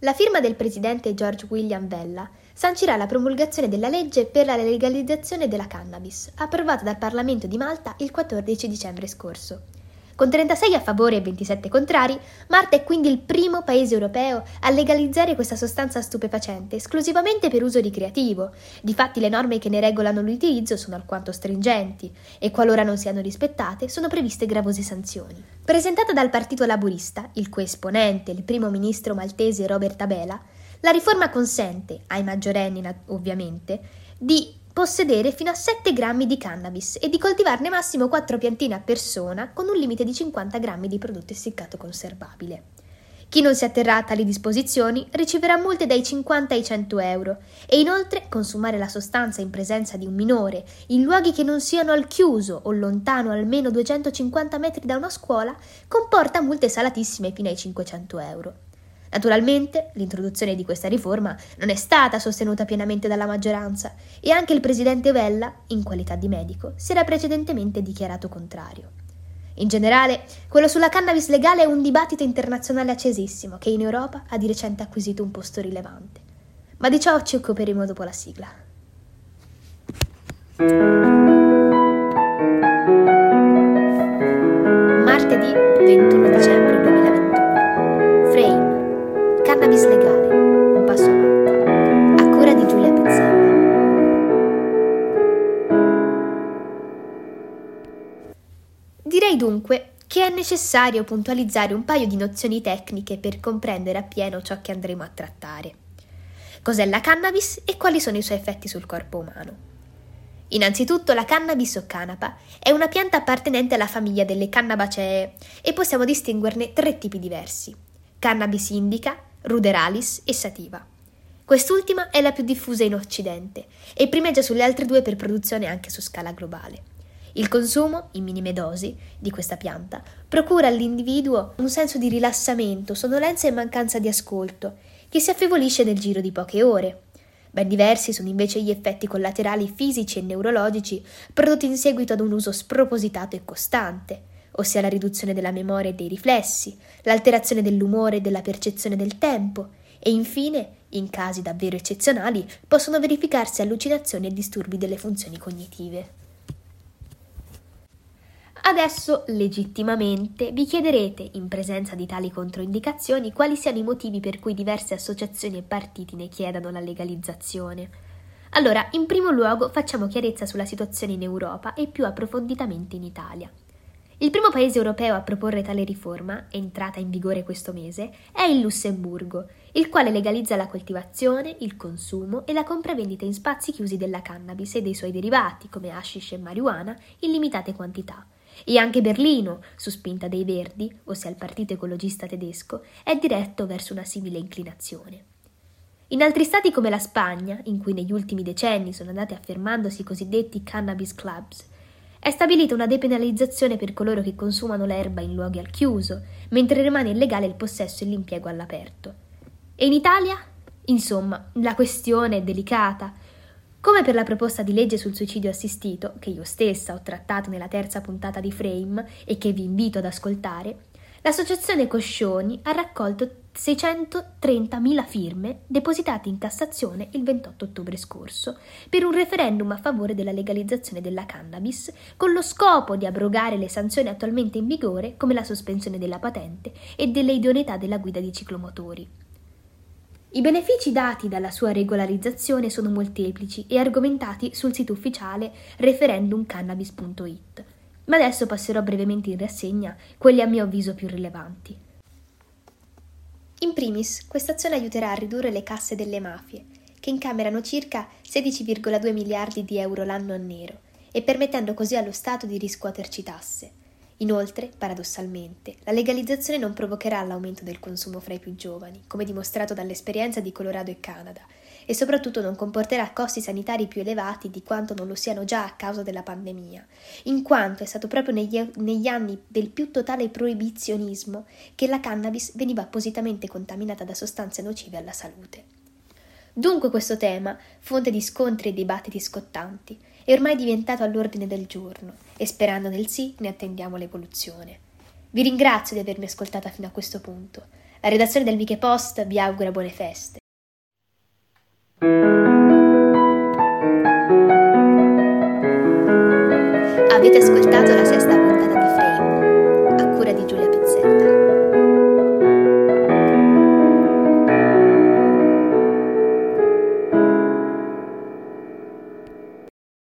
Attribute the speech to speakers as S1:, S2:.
S1: La firma del presidente George William Vella sancirà la promulgazione della legge per la legalizzazione della cannabis, approvata dal Parlamento di Malta il 14 dicembre scorso. Con 36 a favore e 27 contrari, Malta è quindi il primo paese europeo a legalizzare questa sostanza stupefacente esclusivamente per uso ricreativo. Difatti le norme che ne regolano l'utilizzo sono alquanto stringenti e qualora non siano rispettate sono previste gravose sanzioni. Presentata dal Partito Laburista, il cui esponente, il primo ministro maltese Robert Abela, la riforma consente, ai maggiorenni ovviamente, di possedere fino a 7 grammi di cannabis e di coltivarne massimo 4 piantine a persona con un limite di 50 grammi di prodotto essiccato conservabile. Chi non si atterrà a tali disposizioni riceverà multe dai 50 ai 100 euro e inoltre consumare la sostanza in presenza di un minore in luoghi che non siano al chiuso o lontano almeno 250 metri da una scuola comporta multe salatissime fino ai 500 euro. Naturalmente, l'introduzione di questa riforma non è stata sostenuta pienamente dalla maggioranza e anche il presidente Vella, in qualità di medico, si era precedentemente dichiarato contrario. In generale, quello sulla cannabis legale è un dibattito internazionale accesissimo che in Europa ha di recente acquisito un posto rilevante. Ma di ciò ci occuperemo dopo la sigla. Martedì 21 dicembre 2021. Frame. Cannabis legale, un passo avanti. A cura di Giulia Pezzella. Direi dunque che è necessario puntualizzare un paio di nozioni tecniche per comprendere appieno ciò che andremo a trattare. Cos'è la cannabis e quali sono i suoi effetti sul corpo umano? Innanzitutto la cannabis o canapa è una pianta appartenente alla famiglia delle Cannabaceae e possiamo distinguerne 3 tipi diversi: Cannabis indica, Ruderalis e Sativa. Quest'ultima è la più diffusa in Occidente e primeggia sulle altre 2 per produzione anche su scala globale. Il consumo, in minime dosi, di questa pianta procura all'individuo un senso di rilassamento, sonnolenza e mancanza di ascolto, che si affievolisce nel giro di poche ore. Ben diversi sono invece gli effetti collaterali fisici e neurologici prodotti in seguito ad un uso spropositato e costante, ossia la riduzione della memoria e dei riflessi, l'alterazione dell'umore e della percezione del tempo e infine, in casi davvero eccezionali, possono verificarsi allucinazioni e disturbi delle funzioni cognitive. Adesso, legittimamente, vi chiederete, in presenza di tali controindicazioni, quali siano i motivi per cui diverse associazioni e partiti ne chiedano la legalizzazione. Allora, in primo luogo, facciamo chiarezza sulla situazione in Europa e più approfonditamente in Italia. Il primo paese europeo a proporre tale riforma, entrata in vigore questo mese, è il Lussemburgo, il quale legalizza la coltivazione, il consumo e la compravendita in spazi chiusi della cannabis e dei suoi derivati, come hashish e marijuana, in limitate quantità. E anche Berlino, su spinta dei Verdi, ossia il partito ecologista tedesco, è diretto verso una simile inclinazione. In altri stati come la Spagna, in cui negli ultimi decenni sono andati affermandosi i cosiddetti cannabis clubs, è stabilita una depenalizzazione per coloro che consumano l'erba in luoghi al chiuso, mentre rimane illegale il possesso e l'impiego all'aperto. E in Italia? Insomma, la questione è delicata. Come per la proposta di legge sul suicidio assistito, che io stessa ho trattato nella 3ª puntata di Frame e che vi invito ad ascoltare, l'associazione Coscioni ha raccolto 630.000 firme depositate in Cassazione il 28 ottobre scorso per un referendum a favore della legalizzazione della cannabis con lo scopo di abrogare le sanzioni attualmente in vigore come la sospensione della patente e delle idoneità della guida di ciclomotori. I benefici dati dalla sua regolarizzazione sono molteplici e argomentati sul sito ufficiale referendumcannabis.it, ma adesso passerò brevemente in rassegna quelli a mio avviso più rilevanti. In primis, questa azione aiuterà a ridurre le casse delle mafie, che incamerano circa 16,2 miliardi di euro l'anno a nero, e permettendo così allo Stato di riscuoterci tasse. Inoltre, paradossalmente, la legalizzazione non provocherà l'aumento del consumo fra i più giovani, come dimostrato dall'esperienza di Colorado e Canada, e soprattutto non comporterà costi sanitari più elevati di quanto non lo siano già a causa della pandemia, in quanto è stato proprio negli anni del più totale proibizionismo che la cannabis veniva appositamente contaminata da sostanze nocive alla salute. Dunque questo tema, fonte di scontri e dibattiti scottanti, è ormai diventato all'ordine del giorno e sperando nel sì ne attendiamo l'evoluzione. Vi ringrazio di avermi ascoltata fino a questo punto. La redazione del Miche Post vi augura buone feste. Avete ascoltato la sesta